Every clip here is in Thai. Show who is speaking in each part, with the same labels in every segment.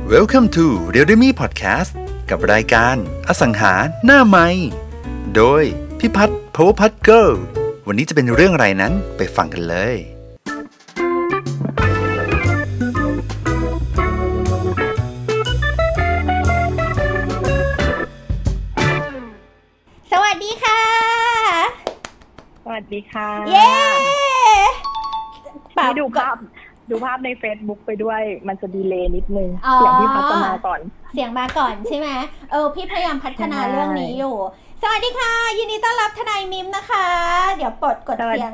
Speaker 1: Welcome to Realme Podcast กับรายการอสังหาหน้าใหม่โดยพี่พัฒน์ Power Pad Girl วันนี้จะเป็นเรื่องอะไรนั้นไปฟังกันเลย
Speaker 2: สวัสดีค่ะ
Speaker 3: สวัสดีค่ะ
Speaker 2: เย้
Speaker 3: ดูภาพใน Facebook ไปด้วยมันจะดีเลย์นิดนึงเสียงพี่พัฒนาก่อน
Speaker 2: เสียงมาก่อนใช่ไหมพี่พยายามพัฒนาเรื่องนี้อยู่สวัสดีค่ะยินดีต้อนรับทนายมิมนะคะเดี๋ยวกดเสียง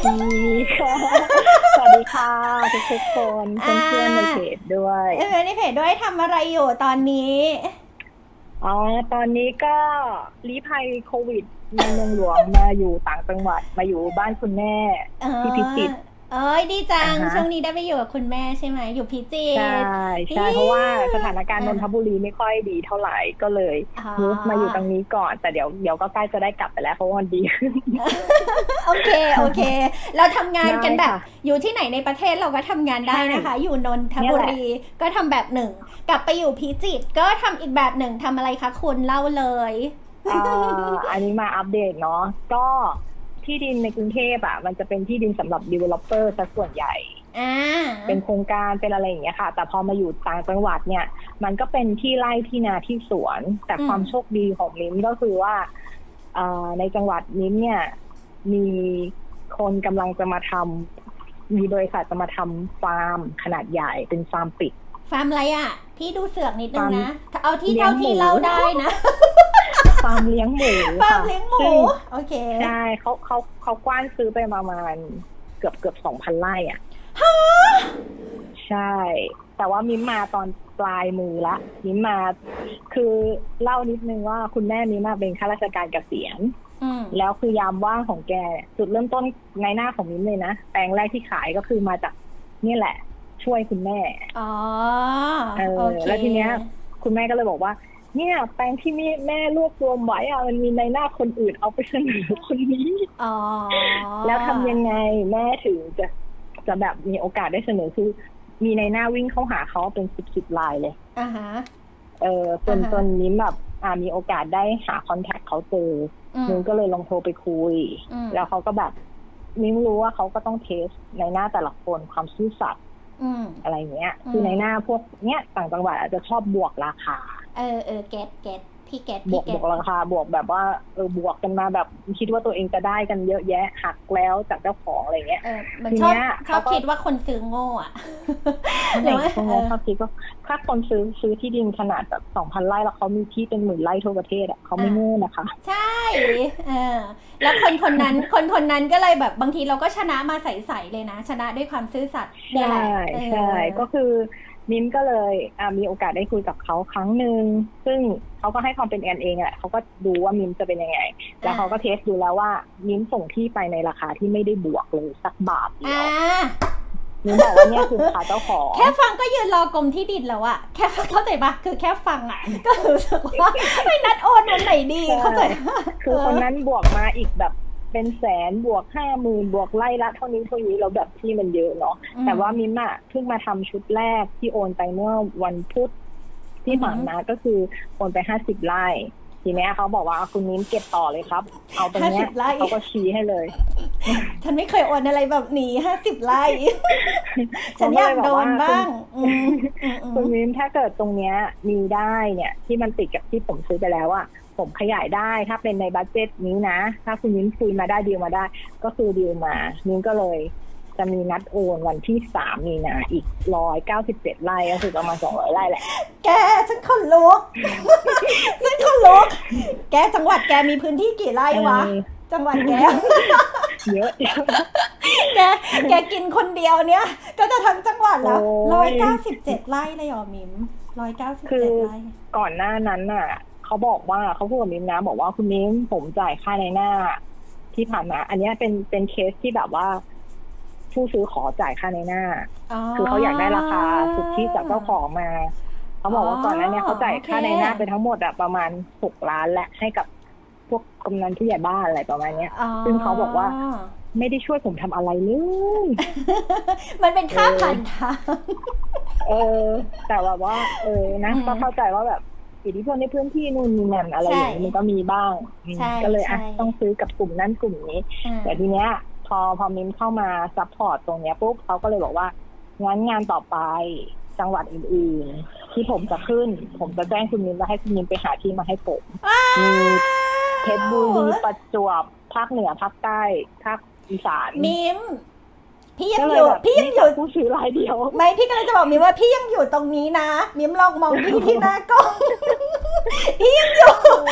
Speaker 3: สวัสดีค่ะทุกคนเพื่อนๆในเพจด้วย
Speaker 2: ในเพจด้วยทำอะไรอยู่ตอนนี้
Speaker 3: ตอนนี้ก็ลี้ภัยโควิดในเมืองหลวงมาอยู่ต่างจังหวัดมาอยู่บ้านคุณแม่ที่พิจิตร
Speaker 2: ดีจังช่วงนี้ได้ไปอยู่กับคุณแม่ใช่ไหมอยู่พิจิตร
Speaker 3: ใช่เพราะว่าสถานการณ์นนทบุรีไม่ค่อยดีเท่าไหร่ก็เลยมูฟมาอยู่ตรงนี้ก่อนแต่เดี๋ยวก็ใกล้จะได้กลับไปแล้วเพราะว่ามันดีขึ้น
Speaker 2: โอเคเราทำงานกันแบบอยู่ที่ไหนในประเทศเราก็ทำงานได้นะคะอยู่นนทบุรีก็ทำแบบหนึ่งกลับไปอยู่พิจิตรก็ทำอีกแบบหนึ่งทำอะไรคะคุณเล่าเลย
Speaker 3: อันนี้มาอัปเดตเนาะก็ที่ดินในกรุงเทพมันจะเป็นที่ดินสำหรับ developer ซะส่วนใหญ่เป็นโครงการเป็นอะไรอย่างเงี้ยค่ะแต่พอมาอยู่ต่างจังหวัดเนี่ยมันก็เป็นที่ไร่ที่นาที่สวนแต่ความโชคดีของมิ้นก็คือว่าในจังหวัดมิ้นเนี่ยมีคนกำลังจะมาทำมีบริษัทจะมาทำฟาร์มขนาดใหญ่เป็นฟาร์มปิด
Speaker 2: ฟาร์มอะไรพี่ดูเสือกนิดนึงนะเอาที่เท่าที่เล่าได้นะ
Speaker 3: ฟาร์มเลี้ยงหมู
Speaker 2: ฟาร์มเลี้ยงหมูโอเค
Speaker 3: ใช่เขากว้านซื้อไปประมาณเกือบ 2,000 ไร่ฮะใช่แต่ว่ามิ้มมาตอนปลายมือละมิ้มมาคือเล่านิดนึงว่าคุณแม่มิ้มมาเป็นข้าราชการเกษียณแล้วคือยามว่างของแกจุดเริ่มต้นในหน้าของมิ้มเลยนะแปลงแรกที่ขายก็คือมาจากนี่แหละช่วยคุณแม่แล้วทีเนี้ยคุณแม่ก็เลยบอกว่าเนี่ยแปลงที่แม่รวบรวมไว้มันมีในหน้าคนอื่นเอาไปเสนอคนนี้แล้วทำยังไงแม่ถึงจะแบบมีโอกาสได้เสนอคือมีในหน้าวิ่งเข้าหาเขาเป็น10 รายเลยจนนี้แบบมีโอกาสได้หาคอนแทคเขาเจอนึงก็เลยลองโทรไปคุยแล้วเขาก็แบบมิ้งรู้ว่าเขาก็ต้องเทสในหน้าแต่ละคนความซื่อสัตย์อะไรเงี้ยคือในหน้าพวกเนี้ยต่างจังหวัดอาจจะชอบบวกราคา
Speaker 2: เก็ตพี่เก็ต
Speaker 3: บวกราคาบวกแบบว่าบวกกันมาแบบคิดว่าตัวเองจะได้กันเยอะแยะหักแล้วจากเจ้าของอะไรเงี้ย
Speaker 2: มันชอบคิดว่าคนซื้อโง่
Speaker 3: เขาคิดว่าถ้าคนซื้อที่ดินขนาดแบบ 2,000 ไร่แล้วเขามีที่เป็น10,000 ไร่ทั่วประเทศเขาไม่โง่นะคะ
Speaker 2: ใช่แล้วคนนั้นก็เลยแบบบางทีเราก็ชนะมาใสๆเลยนะชนะด้วยความซื่อสัตย์
Speaker 3: ใช่ก็คือมิ้มก็เลยมีโอกาสได้คุยกับเขาครั้งหนึ่งซึ่งเขาก็ให้ความเป็นกันเองเขาก็ดูว่ามิ้มจะเป็นยังไงแล้วเขาก็เทสดูแล้วว่ามิ้มส่งที่ไปในราคาที่ไม่ได้บวกเลยสักบาทเดียวมิ้มบอกว่าเนี่ยคือราคาเจ้าของ
Speaker 2: แค่ฟังก็ยืนรอกรมที่ดินแล้วอะแค่เข้าใจปะคือแค่ฟังก็รู้สึกว่าไม่นัดโอนวันไหนดีเข้าใจ
Speaker 3: คือคนนั้นบวกมาอีกแบบเป็นแสนบวก 50,000 บวกไล่ละเท่านี้เราแบบที่มันเยอะเนาะแต่ว่ามิ้มเพิ่งมาทำชุดแรกที่โอนไปเมื่อวันพุธที่ผ่านมาก็คือโอนไป50 ไร่ทีนี้เขาบอกว่าคุณมิ้มเก็บต่อเลยครับเอาตรงนี้เขาก็ชี้ให้เลย
Speaker 2: ฉันไม่เคยโอนอะไรแบบนี้50 ไร่ฉันอยากโดนบ้าง
Speaker 3: คุณมิ้มถ้าเกิดตรงเนี้ยมีได้เนี่ยที่มันติดกับที่ผมซื้อไปแล้วผมขยายได้ถ้าเป็นในบัดเจ็ตนี้นะถ้าคุณมิ้นคุยมาได้ดีลมาได้ก็คือดีลมามิ้นก็เลยจะมีนัดโอนวันที่3 มีนาอีก197 ไร่ก็คือประมาณ200 ไร่แหละ
Speaker 2: แกฉันขนลุกแกจังหวัดแกมีพื้นที่กี่ไร่วะจังหวัดแก
Speaker 3: เยอะ
Speaker 2: แกกินคนเดียวเนี้ยก็จะทั้งจังหวัดแล้ว197 ไร่เลยหรอมิม197 ไร่
Speaker 3: ก่อนหน้านั้นเขาบอกว่าเขาพูดกับมิ้มนะบอกว่าคุณมิ้มผมจ่ายค่าในหน้าที่ผ่านมาอันนี้เป็นเคสที่แบบว่าผู้ซื้อขอจ่ายค่าในหน้าคือเขาอยากได้ราคาสุทธิจากเจ้าของมาเขาบอกว่าก่อนหน้านี้เขาจ่ายค่าในหน้าไปทั้งหมดประมาณ6 ล้านแหละให้กับพวกกำนันผู้ใหญ่บ้านอะไรประมาณนี้ซึ่งเขาบอกว่าไม่ได้ช่วยผมทำอะไรเลย
Speaker 2: มันเป็นค่าผ่านทาง
Speaker 3: แต่ว่านะก็เข้าใจว่าแบบอิทธิพลในพื้นที่นู่นนี่นั่นอะไรอย่างนี้มันก็มีบ้างก็เลยต้องซื้อกับกลุ่มนั้นกลุ่มนี้แต่ทีเนี้ยพอมิมเข้ามาซัพพอร์ตตรงเนี้ยปุ๊บเขาก็เลยบอกว่างั้นงานต่อไปจังหวัดอื่นๆที่ผมจะขึ้นผมจะแจ้งคุณมิมแล้วให้คุณมิมไปหาที่มาให้ผมมีเพชรบุรีประจวบภาคเหนือภาคใต้ภาคอีสาน
Speaker 2: มิมพี่ยังอยู่
Speaker 3: ผู้ซื้อรายเดียว
Speaker 2: ไม่พี่ก็เลยจะบอกมิมว่าพี่ยังอยู่ตรงนี้นะมิมลองมองพี่ที่หน้ากล้องพี่ยังอยู่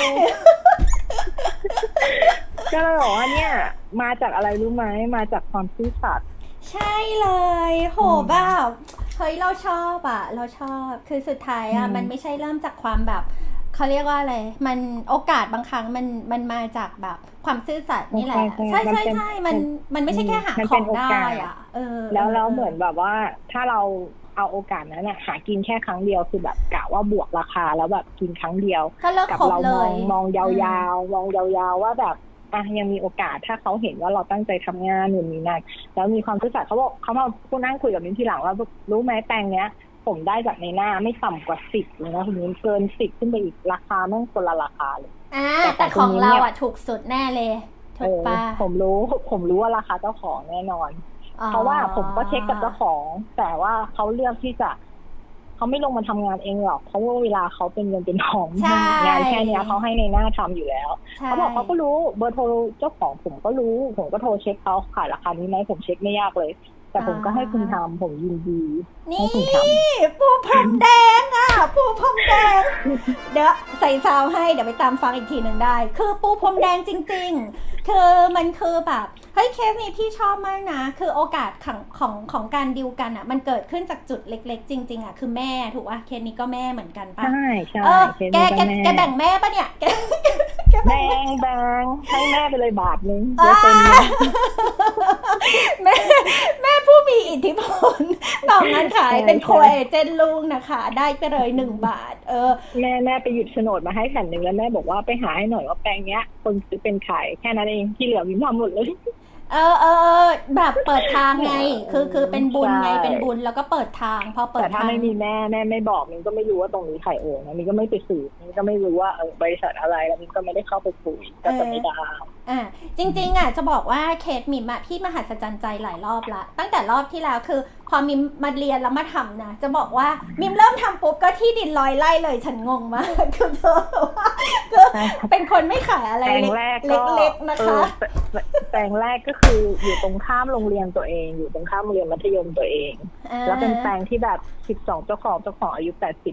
Speaker 3: ก็เลยบอกว่าเนี่ยมาจากอะไรรู้ไหมมาจากความซื่อสัตย์
Speaker 2: ใช่เลยโหแบบเฮ้ยเราชอบเราชอบคือสุดท้ายมันไม่ใช่เริ่มจากความแบบเขาเรียกว่าอะไรมันโอกาสบางครั้งมันมาจากแบบความซื่อสัตย์นี่แหละใช่มันไม่ใช่แค่หาของได้
Speaker 3: แล้วเหมือนแบบว่าถ้าเราเอาโอกาสนั้นหากินแค่ครั้งเดียวคือแบบกะว่าบวกราคาแล้วแบบกินครั้งเดียว
Speaker 2: กับ
Speaker 3: เรามองยาวๆว่าแบบยังมีโอกาสถ้าเขาเห็นว่าเราตั้งใจทำงานหรือมีนั่นแล้วมีความซื่อสัตย์เขาบอกเขามาพูดนั่งคุยกับมิ้นทีหลังว่ารู้ไหมแปลงเนี้ยผมได้จากในหน้าไม่ต่ำกว่า10เลยนะคุณมิ้นเกิน10ขึ้นไปอีกราคาแม่งคนละราคาเลย
Speaker 2: แต่ของเราถูกสุดแน่เลยถูกป่ะ
Speaker 3: ผมรู้ว่าราคาเจ้าของแน่นอนเพราะว่าผมก็เช็คกับเจ้าของแต่ว่าเขาเลือกที่จะเขาไม่ลงมาทำงานเองหรอกเพราะว่าเวลาเขาเป็นเงินเป็นทองงานแค่นี้เขาให้ในหน้าทำอยู่แล้วเขาบอกเขาก็รู้เบอร์โทรเจ้าของผมก็รู้ผมก็โทรเช็คเขาขายราคานี้ไหมผมเช็คไม่ยากเลยแต่ผมก็ให้คุณทำผมยินดีให้คุณท
Speaker 2: ำปูพรมแดงปูพรมแดงเดี๋ยวใส่ซาวให้เดี๋ยวไปตามฟังอีกทีหนึ่งได้คือปูพรมแดงจริงๆคือมันคือแบบเฮ้ยเคสนี้พี่ชอบมากนะคือโอกาสของการดิวกันมันเกิดขึ้นจากจุดเล็กๆจริงๆคือแม่ถูกป่ะเคสนี้ก็แม่เหมือนกันป่ะ
Speaker 3: ใช่
Speaker 2: แกแบ่งแม่ป่ะเนี่ย
Speaker 3: แบ่งให้แม่ไปเลยบาทนึง
Speaker 2: แม่ผู้มีอิทธิพลต่องานขายเป็นโคเอเจนต์ลุงนะคะได้ไปเลย1 บาท
Speaker 3: แม่ไปหยุดโฉนดมาให้แผ่นนึงแล้วแม่บอกว่าไปหาให้หน่อยว่าแปลงเนี้ยคนซื้อเป็นขายแค่นั้นเองที่เหลือมีทำหมดเลย
Speaker 2: แบบเปิดทางไงคือเป็นบุญไงเป็นบุญแล้วก็เปิดทางพอเปิดทาง
Speaker 3: แต่ถ้าไม่มีแม่ไม่บอกมินก็ไม่รู้ว่าตรงนี้ใครโอนนะมินก็ไม่ไปสืบมินก็ไม่รู้ว่าบริษัทอะไรแล้วมินก็ไม่ได้เข้าไปคุยก็จะไม่ได้
Speaker 2: จริงๆจะบอกว่าเคสมิมพี่มหัศจรรย์ใจหลายรอบละตั้งแต่รอบที่แล้วคือพอมิมมาเรียนแล้วมาทำนะจะบอกว่ามิมเริ่มทำปุ๊บก็ที่ดิน100 ไร่เลยฉันงงมากคือเธอคือเป็นคนไม่ขายอะไรเล็กๆนะคะ
Speaker 3: แปลงแรกก็คืออยู่ตรงข้ามโรงเรียนตัวเองอยู่ตรงข้ามโรงเรียนมัธยมตัวเองแล้วเป็นแปลงที่แบบ12เจ้าของอายุ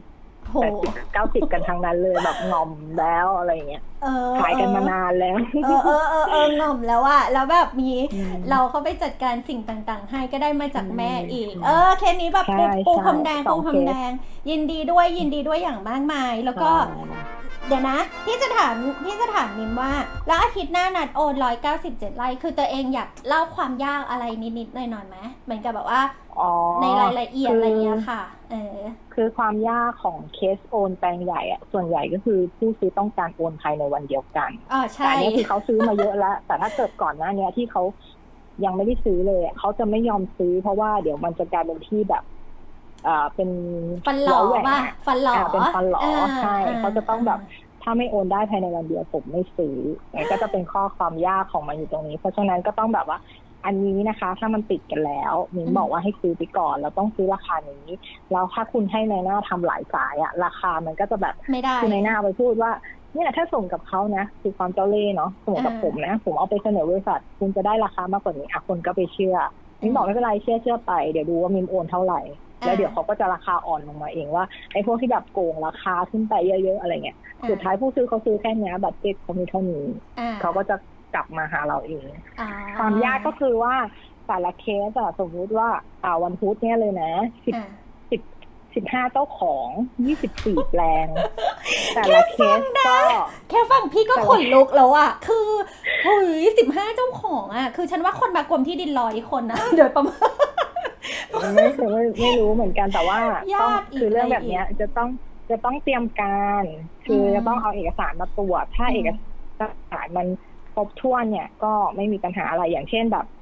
Speaker 3: 80-90กันทางนั้นเลยแบบงอมแล้วอะไรเงี้ยขายกันมานานแล้ว
Speaker 2: งอมแล้วแล้วแบบมีเราเข้าไปจัดการสิ่งต่างๆให้ก็ได้มาจากแม่อีกแค่นี้แบบปูพรมแดงยินดีด้วยอย่างมากมายแล้วก็เดี๋ยวนะพี่จะถามมิมว่าแล้วอาทิตย์หน้านัดโอน197 ไร่คือตัวเองอยากเล่าความยากอะไรนิดๆหน่อยๆไหมเหมือนกับแบบว่าในรายละเอียดอะไรเงี้ยค่ะ
Speaker 3: คือความยากของเคสโอนแปลงใหญ่ส่วนใหญ่ก็คือผู้ซื้อต้องการโอนภายในวันเดียวกัน
Speaker 2: ใช่
Speaker 3: แต่นี่คือเขาซื้อมาเยอะแล้วแต่ถ้าเกิดก่อนหน้านี้ที่เขายังไม่ได้ซื้อเลยเขาจะไม่ยอมซื้อเพราะว่าเดี๋ยวมันจะกลายเป็นที่แบบเป็น
Speaker 2: ฟันหล่อป่ะฟันหล่อ
Speaker 3: เป็นฟันหล่อใช่เขาจะต้องแบบถ้าไม่โอนได้ภายในวันเดียวผมไม่ซื้อก็จะเป็นข้อความยากของมันอยู่ตรงนี้เพราะฉะนั้นก็ต้องแบบว่าอันนี้นะคะถ้ามันติดกันแล้วมิ้นบอกว่าให้ซื้อไปก่อนแล้วต้องซื้อราคานี้แล้วถ้าคุณให้ในหน้าทำหลายสายราคามันก็จะแบบ
Speaker 2: ไม่ได้
Speaker 3: คือในหน้าไปพูดว่าเนี่ยถ้าส่งกับเขานะคือความเจ้าเล่ห์เนาะส่งกับผมนะผมเอาไปเสนอบริษัทคุณจะได้ราคามากกว่านี้คนก็ไปเชื่อมิ้นบอกไม่เป็นไรเชื่อไปเดี๋ยวดูว่ามิ้นโอนเท่าไหร่แล้วเดี๋ยวเขาก็จะราคาอ่อนลงมาเองว่าไอ้พวกที่แบบโกงราคาขึ้นไปเยอะๆอะไรเงี้ยสุดท้ายผู้ซื้อเขาซื้อแค่นี้บัตรเจ็ตเขามีเท่านี้เขาก็จะกลับมาหาเราเองความยากก็คือว่าแต่ละเคสสมมุติว่าวันพุธเนี่ยเลยนะ15เจ้าของ24แปลงแต่ละเคสก็
Speaker 2: แค่ฟังพี่ก็ขนลุกแล้วคือเฮ้ย15เจ้าของคือฉันว่าคนมากรมที่ดิน100 คนนะโดยประมาณ
Speaker 3: ไม่รู้เหมือนกันแต่ว่าต้องคือเรื่องแบบนี้จะต้องเตรียมการคือจะต้องเอาเอกสารมาตรวจถ้าเอกสารมันครบถ้วนเนี่ยก็ไม่มีปัญหาอะไรอย่างเช่นแบบ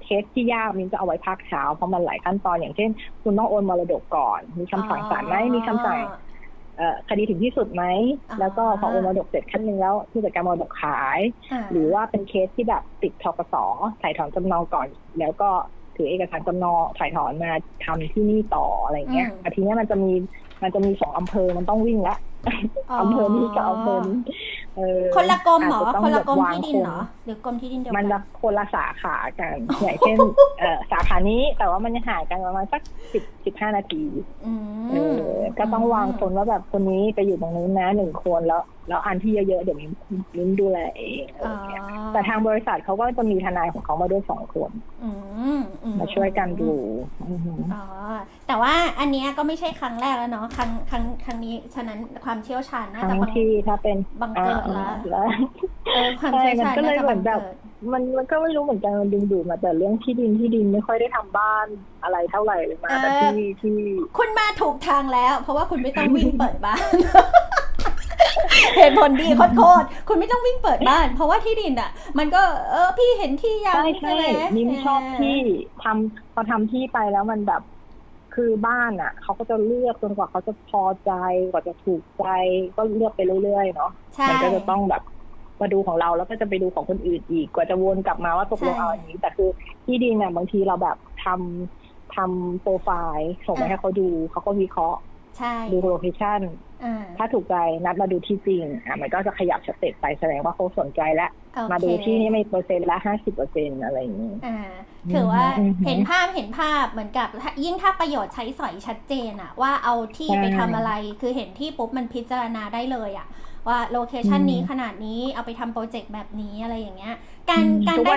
Speaker 3: เคสที่ยากมิ้นจะเอาไว้ภาคเช้าเพราะมันหลายขั้นตอนอย่างเช่นคุณต้องโอนมรดกก่อนมีคำสั่งศาลไหมมีคำสั่งคดีถึงที่สุดไหมแล้วก็พอโอนมรดกเสร็จขั้นนึงแล้วผู้จัดการมรดกขายหรือว่าเป็นเคสที่แบบติดธกส.ถ่ายถอนจำนองก่อนแล้วก็ถือเอกสารจำนองถ่ายถอนมาทำที่นี่ต่ออะไรเงี้ยทีนี้มันจะมี2อำเภอมันต้องวิ่งละอำเภอนี้กับอำเภอนี้
Speaker 2: คนละกรมเหรอคนละกรมที่ดินเหรอหรือกรมที่ดินเดียวกัน
Speaker 3: มันจะคนละสาขากันอย่างเช่นสาขานี้แต่ว่ามันจะห่างกันประมาณสัก15 นาทีก็ต้องวางคนว่าแบบคนนี้ไปอยู่ตรงนู้นนะ1 คนแล้วอันที่เยอะๆเดี๋ยวมิ้นดูแลเองแต่ทางบริษัทเขาก็จะมีทนายของเขามาด้วย2 คนมาช่วยกันดู
Speaker 2: แต่ว่าอันนี้ก็ไม่ใช่ครั้งแรกแล้วเนาะครั้งนี้ฉะนั้นความเชี่ยวชาญน่าจะ
Speaker 3: บางทีถ้าเป็น
Speaker 2: บังเกิดแล้วความ
Speaker 3: เชี่
Speaker 2: ยวชาญ
Speaker 3: น่าจะบังเกิดมันก็ไม่รู้เหมือนกันมันดึงดูดมาแต่เรื่องที่ดินไม่ค่อยได้ทำบ้านอะไรเท่าไหร่เลยมาแต่ที่
Speaker 2: คุณมาถูกทางแล้วเพราะว่าคุณไม่ต้องวิ่งเปิดบ้านเหตุผลดีโคตรคุณไม่ต้องวิ่งเปิดบ้านเพราะว่าที่ดินอ่ะมันก็พี่เห็นที่ยัง
Speaker 3: ใช่นิ้มชอบที่พอทำที่ไปแล้วมันแบบคือบ้านอ่ะเขาก็จะเลือกจนกว่าเขาจะพอใจกว่าจะถูกใจก็เลือกไปเรื่อยๆเนาะมันก็จะต้องแบบมาดูของเราแล้วก็จะไปดูของคนอื่นอีกกว่าจะวนกลับมาว่าตกลงเอาอันนี้แต่คือที่ดินอ่ะบางทีเราแบบทำโปรไฟล์ส่งไปให้เขาดูเขาก็วิเคราะห์ดูโลเคชั่นถ้าถูกใจนัดมาดูที่จริงมันก็จะขยับสเต็ปไปแสดงว่าเขาสนใจแล้วมาดูที่นี่ไม่%ละ50%อะไรอย่างนี้
Speaker 2: ถือว่าเห็นภาพเหมือนกับยิ่งถ้าประโยชน์ใช้สอยชัดเจนอะว่าเอาที่ไปทำอะไรคือเห็นที่ปุ๊บมันพิจารณาได้เลยอะว่าโลเคชันนี้ขนาดนี้เอาไปทำโปรเจกต์แบบนี้อะไรอย่างเงี้ยการได้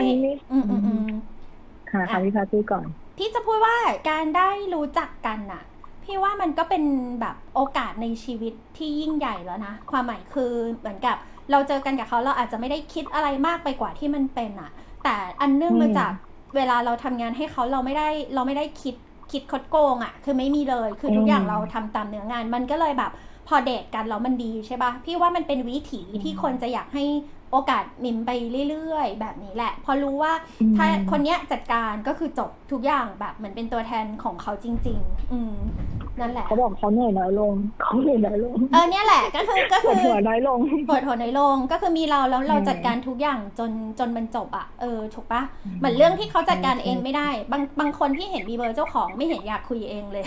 Speaker 3: ค่ะพี่พาพูดก่อน
Speaker 2: พี่จะพูดว่าการได้รู้จักกันอะพี่ว่ามันก็เป็นแบบโอกาสในชีวิตที่ยิ่งใหญ่แล้วนะความหมายคือเหมือนกับเราเจอกันกับเขาเราอาจจะไม่ได้คิดอะไรมากไปกว่าที่มันเป็นอะแต่อันเนื่องมาจากเวลาเราทำงานให้เขาเราไม่ได้คิดคดโกงอะคือไม่มีเลยคือทุกอย่างเราทำตามเนื้องานมันก็เลยแบบพอเดทกันแล้วมันดีใช่ป่ะพี่ว่ามันเป็นวิถีที่คนจะอยากให้โอกาสมิมไปเรื่อยๆแบบนี้แหละพอรู้ว่าถ้าคนเนี้ยจัดการก็คือจบทุกอย่างแบบเหมือนเป็นตัวแทนของเขาจริงๆนั่นแหละ
Speaker 3: เขาบอกเขาเหนื่อยน้อยลง
Speaker 2: เนี่ยแหละก็คือ
Speaker 3: ปวดหัวน้อยลง
Speaker 2: ก็คือมีเราแล้วเราจัดการทุกอย่างจนมันจบอ่ะถูกปะเหมือนเรื่องที่เขาจัดการเองไม่ได้บางคนที่เห็นมีเบอร์เจ้าของไม่เห็นอยากคุยเองเลย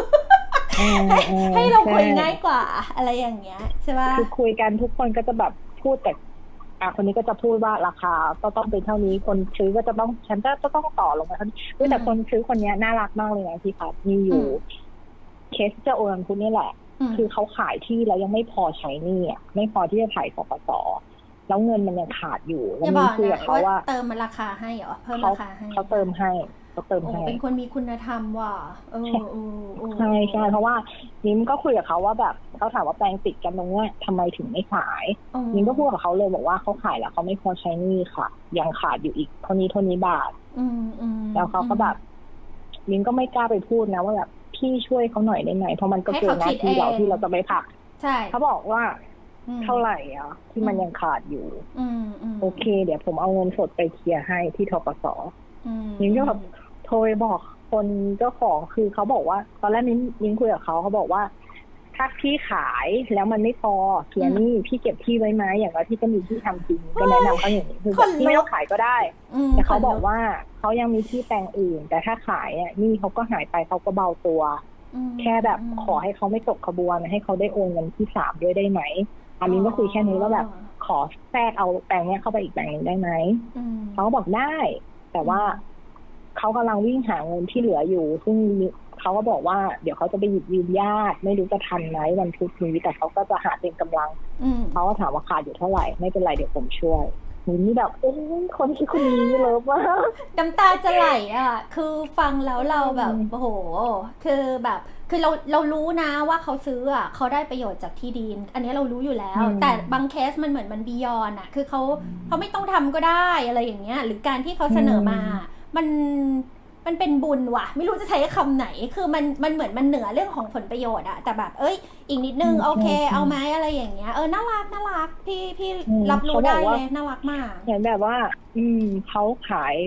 Speaker 2: ให้เราคุยง่ายกว่าอะไรอย่างเงี้ยใช่ป่ะ
Speaker 3: คือคุยกันทุกคนก็จะแบบพูดแต่คนนี้ก็จะพูดว่าราคาต้องเป็นเท่านี้คนซื้อก็จะต้องฉันก็ต้องต่อลงมาเท่านี้แต่คนซื้อคนนี้น่ารักมากเลยนะพี่พัดมีอยู่เคสจะโอนคุณนี่แหละคือเขาขายที่แล้วยังไม่พอใช้หนี้ไม่พอที่จะถ่ายธกส.แล้วเงินมันยังขาดอยู่แล้วมีคุยกับเขาว่า
Speaker 2: เติมมันราคาให้เหรอเพิ่มราคาให้
Speaker 3: เขาเติมให้
Speaker 2: เป็นคนมีคุณธรรมว่ะ
Speaker 3: ใช่เพราะว่านิ้มก็คุยกับเขาว่าแบบเขาถามว่าแปลงติดกันตรงเนี้ยทำไมถึงไม่ขายนิ้มก็พูดกับเขาเลยบอกว่าเขาขายแล้วเขาไม่พอใช้หนี้ค่ะยังขาดอยู่อีกเท่านี้บาทแล้วเขาก็แบบนิ้มก็ไม่กล้าไปพูดนะว่าแบบพี่ช่วยเขาหน่อยได้ไหมเพราะมันก็เกินหน้าที่เราที่เราจะไปผัก
Speaker 2: ใช่
Speaker 3: เขาบอกว่าเท่าไหร่ที่มันยังขาดอยู่โอเคเดี๋ยวผมเอาเงินสดไปเคลียร์ให้ที่ธกส.นิ้มก็แบบโทรบอกคนเจ้าของคือเขาบอกว่าตอนแรกนิ้งคุยกับเขาบอกว่าถ้าพี่ขายแล้วมันไม่พอเคลียร์หนี้พี่เก็บที่ไว้ไหมอย่างว่าที่จะมีที่ทำจริงก็แนะนำเขาอย่างนี้คือแบบที่ไม่ต้องขายก็ได้แต่เขาบอกว่าเขายังมีที่แปลงอื่นแต่ถ้าขายหนี้เขาก็หายไปเขาก็เบาตัวแค่แบบขอให้เขาไม่ตกขบวนให้เขาได้โอนเงินที่3ด้วยได้ไหมอันนี้ก็คุยแค่นี้ว่าแบบขอแทรกเอาแปลงนี้เข้าไปอีกแปลงนึงได้ไหมเขาก็บอกได้แต่ว่าเขากำลังวิ่งหาเงินที่เหลืออยู่ซึ่งเขาก็บอกว่าเดี๋ยวเขาจะไปหยิบยืมญาติไม่รู้จะทันไหมวันพุธนี้แต่เขาก็จะหาเป็นกำลังเขาก็ถามว่าขาดอยู่เท่าไหร่ไม่เป็นไรเดี๋ยวผมช่วยนี่แบบคนที่คุณนี้เลิฟมาก
Speaker 2: น้ำตาจะไหลคือฟังแล้วเราแบบโอ้โหคือแบบคือเรารู้นะว่าเขาซื้อเขาได้ประโยชน์จากที่ดินอันนี้เรารู้อยู่แล้วแต่บางเคสมันเหมือนมันบียอนคือเขาไม่ต้องทำก็ได้อะไรอย่างเงี้ยหรือการที่เขาเสนอมามันเป็นบุญว่ะไม่รู้จะใช้คำไหนคือมันเหมือนมันเหนือเรื่องของผลประโยชน์แต่แบบอีกนิดนึงโอเคเอาไหมอะไรอย่างเงี้ยน่ารักพี่รับรู้ได้เลยน่ารักมาก
Speaker 3: เห็นแบบว่าเขาขาย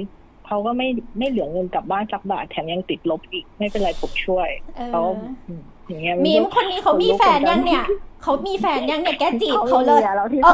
Speaker 3: เขาก็ไม่เหลือเงินกลับบ้านสักบาทแถมยังติดลบอีกไม่เป็นไรผมช่วยเขาอย่างเงี้ย
Speaker 2: มีคนนี้เขามีแฟนยังเนี่ยเขามีแฟนยังเนี่ยแกจีบเขาเลย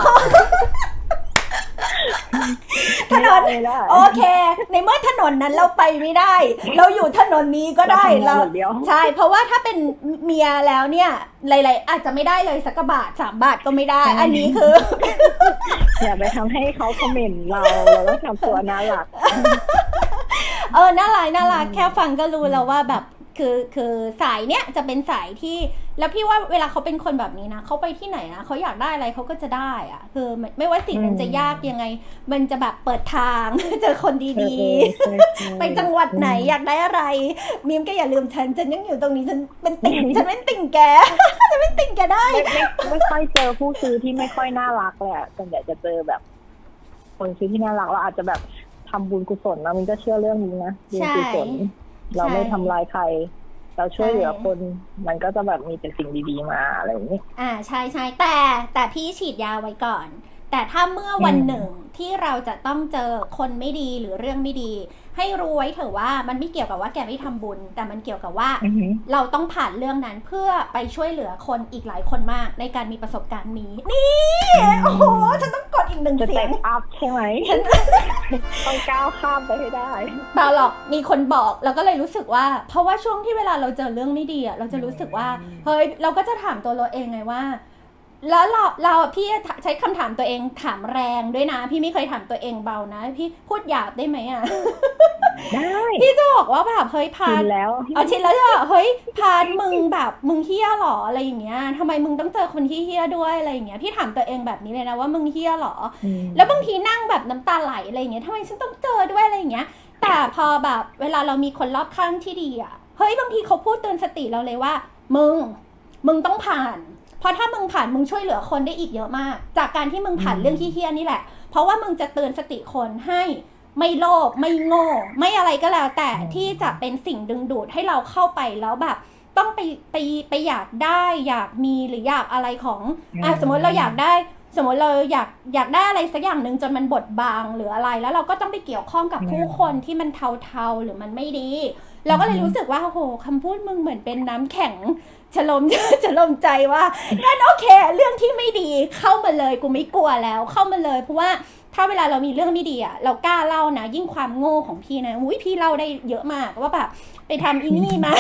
Speaker 2: ถนนโอเคในเมื่อถนนนั้นเราไปไม่ได้เราอยู่ถนนนี้ก็ได้เราใช่เพราะว่าถ้าเป็นเมียแล้วเนี่ยหลายๆอาจจะไม่ได้เลยสักบาท3 บาทก็ไม่ได้อันนี้คือ
Speaker 3: อย่าไปทำให้เขาคอมเมนต์เราต้องทำตัวน่ารัก
Speaker 2: น่ารักแค่ฟังก็รู้แล้วว่าแบบคือสายเนี้ยจะเป็นสายที่แล้วพี่ว่าเวลาเขาเป็นคนแบบนี้นะเขาไปที่ไหนนะเขาอยากได้อะไรเขาก็จะได้อะคือไม่ว่าสิ่งนั้นจะยากยังไงมันจะแบบเปิดทางเจอคนดีๆไปจังหวัดไหนอยากได้อะไรมิมก็อย่าลืมฉันยังอยู่ตรงนี้ฉันเป็นติ่งฉันเป็นติ่งแกฉันเป็นติ่งแกได้
Speaker 3: ไม่ค่อยเจอผู้ซื้อที่ไม่ค่อยน่ารักเลยส่วนใหญ่จะเจอแบบคนซื้อที่น่ารักเราอาจจะแบบทำบุญกุศลนะมินก็เชื่อเรื่องนี้นะบุญกุศลเราไม่ทำลายใครเราช่วยเหลือคนมันก็จะแบบมีแต่สิ่งดีๆมาอะไรอย่างนี้
Speaker 2: ใช่แต่พี่ฉีดยาไว้ก่อนแต่ถ้าเมื่อวันหนึ่งที่เราจะต้องเจอคนไม่ดีหรือเรื่องไม่ดีให้รู้ไว้เถอะว่ามันไม่เกี่ยวกับว่าแกไม่ทำบุญแต่มันเกี่ยวกับว่าเราต้องผ่านเรื่องนั้นเพื่อไปช่วยเหลือคนอีกหลายคนมากในการมีประสบการณ์นี้นี่โอ้โหฉันต้องกดอีก1 เสียง
Speaker 3: อัพใช่ไหมต้องก้าวข้ามไปให้ได้
Speaker 2: เปล่าหรอกมีคนบอกแล้วก็เลยรู้สึกว่าเพราะว่าช่วงที่เวลาเราเจอเรื่องไม่ดีอ่ะเราจะรู้สึกว่าเฮ้ยเราก็จะถามตัวเราเองไงว่าแล้วเราพี่ใช้คำถามตัวเองถามแรงด้วยนะพี่ไม่เคยถามตัวเองเบานะพี่พูดหยาบได้ไหมอ่ะ
Speaker 3: ได้
Speaker 2: พี่จะบอกว่าแบบเฮ้ยพาน
Speaker 3: แล้ว
Speaker 2: ชินแล้วจะเฮ้ยพานมึงแบบมึงเฮี้ยหรออะไรอย่างเงี้ยทำไมมึงต้องเจอคนที่เฮี้ยด้วยอะไรอย่างเงี้ยพี่ถามตัวเองแบบนี้เลยนะว่ามึงเฮี้ยหรอแล้วบางทีนั่งแบบน้ำตาไหลอะไรอย่างเงี้ยทำไมฉันต้องเจอด้วยอะไรอย่างเงี้ยแต่พอแบบเวลาเรามีคนรอบข้างที่ดีอ่ะเฮ้ยบางทีเขาพูดเตือนสติเราเลยว่ามึงต้องผ่านเพราะถ้ามึงผ่านมึงช่วยเหลือคนได้อีกเยอะมากจากการที่มึงผ่านเรื่องเหี้ยๆนี่แหละเพราะว่ามึงจะเตือนสติคนให้ไม่โลภไม่โง่ไม่อะไรก็แล้วแต่ที่จะเป็นสิ่งดึงดูดให้เราเข้าไปแล้วแบบต้องไปอยากได้อยากมีหรืออยากอะไรของสมมติเราอยากได้สมมติเราอยากได้อะไรสักอย่างนึงจนมันบดบังหรืออะไรแล้วเราก็ต้องไปเกี่ยวข้องกับผู้คนที่มันเทาๆหรือมันไม่ดีเราก็เลยรู้สึกว่าโอ้โหคำพูดมึงเหมือนเป็นน้ำแข็งฉลมใจว่างั้นโอเคเรื่องที่ไม่ดีเข้ามาเลยกูไม่กลัวแล้วเข้ามาเลยเพราะว่าถ้าเวลาเรามีเรื่องไม่ดีอ่ะเรากล้าเล่านะยิ่งความโง่ของพี่นะอุ้ยพี่เล่าได้เยอะมากว่าแบบไปทำอีนี่มา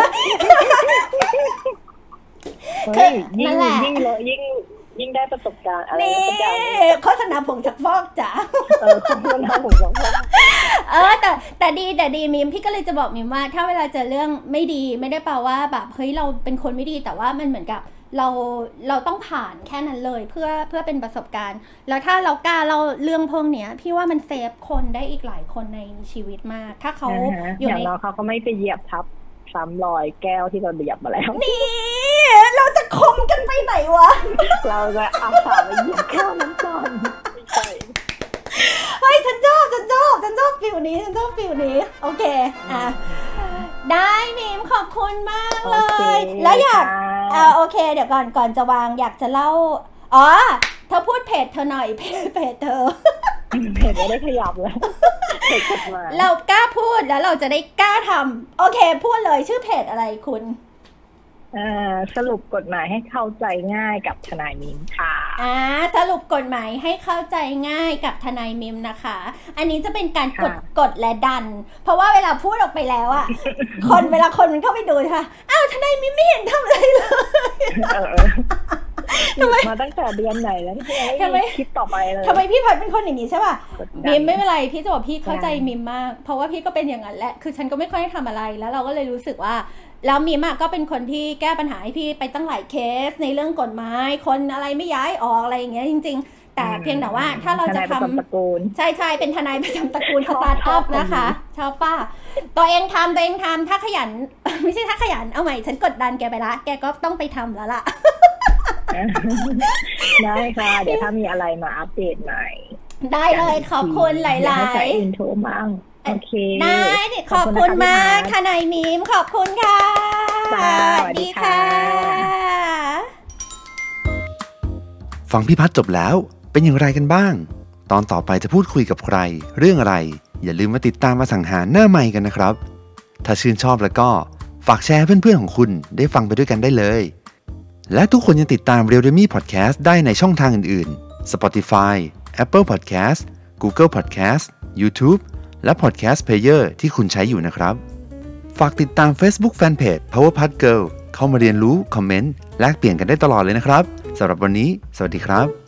Speaker 3: นั่นแหละยิ่งได้ประสบการณ์อะไร
Speaker 2: สักอย่างโฆษณาผงซักฟอกจ้ะ
Speaker 3: โฆษณาผงซักฟอก
Speaker 2: แต่ดีมิมพี่ก็เลยจะบอกมิมว่าถ้าเวลาเจอเรื่องไม่ดีไม่ได้แปลว่าแบบเฮ้ยเราเป็นคนไม่ดีแต่ว่ามันเหมือนกับเราต้องผ่านแค่นั้นเลยเพื่อเป็นประสบการณ์แล้วถ้าเรากล้าเล่าเรื่องพวกเนี้ยพี่ว่ามันเซฟคนได้อีกหลายคนในชีวิตมากถ้าเขา
Speaker 3: อยู่ในเขาก็ไม่ไปเหยียบทับซ้ำรอยแก้วที่เราเหยียบมาแล้ว
Speaker 2: นี่เราจะคมกันไปไหนวะ
Speaker 3: เราจะอาสาไปเหยียบแก้วนั้นก่อนไม่ใช่
Speaker 2: เฮ้ยฉันชอบฟิลนี้โอเคได้มิมขอบคุณมากเลยแล้วอยากโอเคเดี๋ยวก่อนจะวางอยากจะเล่าเธอพูดเพจเธอหน่อยเพจเธอ
Speaker 3: เพจไม่ได้ขยับเลยเพจกฎหมาย
Speaker 2: เรากล้าพูดแล้วเราจะได้กล้าทำโอเคพูดเลยชื่อเพจอะไรคุณ
Speaker 3: สรุปกฎหมายให้เข้าใจง่ายกับทนายมิมค่ะ
Speaker 2: สรุปกฎหมายให้เข้าใจง่ายกับทนายมิมนะคะอันนี้จะเป็นการกดและดันเพราะว่าเวลาพูดออกไปแล้วอ่ะเวลาคนมันเข้าไปดูค่ะอ้าวทนายมิมไม่เห็นทำอะไรเลย
Speaker 3: มาตั้งแต่เดือนไหนแล้วทำไมคิดต่อไปเลย
Speaker 2: ทำไมพี่พัดเป็นคนอย่างนี้ใช่ป่ะมิมไม่เป็นไรพี่จะบอกพี่เข้าใจมิมมากเพราะว่าพี่ก็เป็นอย่างนั้นแหละคือฉันก็ไม่ค่อยได้ทำอะไรแล้วเราก็เลยรู้สึกว่าแล้วมิมก็เป็นคนที่แก้ปัญหาให้พี่ไปตั้งหลายเคสในเรื่องกฎหมายคนอะไรไม่ย้ายออกอะไรอย่างเงี้ยจริงๆแต่เพียงแต่ว่าถ้าเราจะทำใช่เป็นทนายประจำตระกูลสตาร์ทอัพนะคะชอบป้าตัวเองทำถ้าขยันไม่ใช่ถ้าขยันเอาใหม่ฉันกดดันแกไปละแกก็ต้องไปทำแล้วล่ะ
Speaker 3: ได้ค่ะเดี๋ยวถ้ามีอะไรมาอัปเดตใหม่
Speaker 2: ได้เลยขอบคุณหลาย
Speaker 3: ๆอินโทรมั่งโอเค
Speaker 2: ได้ขอบคุณมากทนายมิมขอบคุณค่ะ
Speaker 3: สวัสดีค่ะ
Speaker 1: ฟังพี่พัดจบแล้วเป็นอย่างไรกันบ้างตอนต่อไปจะพูดคุยกับใครเรื่องอะไรอย่าลืมมาติดตามอสังหาหน้าใหม่กันนะครับถ้าชื่นชอบแล้วก็ฝากแชร์เพื่อนๆของคุณได้ฟังไปด้วยกันได้เลยและทุกคนยังติดตาม Realme Podcast ได้ในช่องทางอื่นๆ Spotify, Apple Podcast, Google Podcast, YouTube และ Podcast Player ที่คุณใช้อยู่นะครับฝากติดตาม Facebook Fanpage Powerpuff Girl เข้ามาเรียนรู้คอมเมนต์แลกเปลี่ยนกันได้ตลอดเลยนะครับสำหรับวันนี้สวัสดีครับ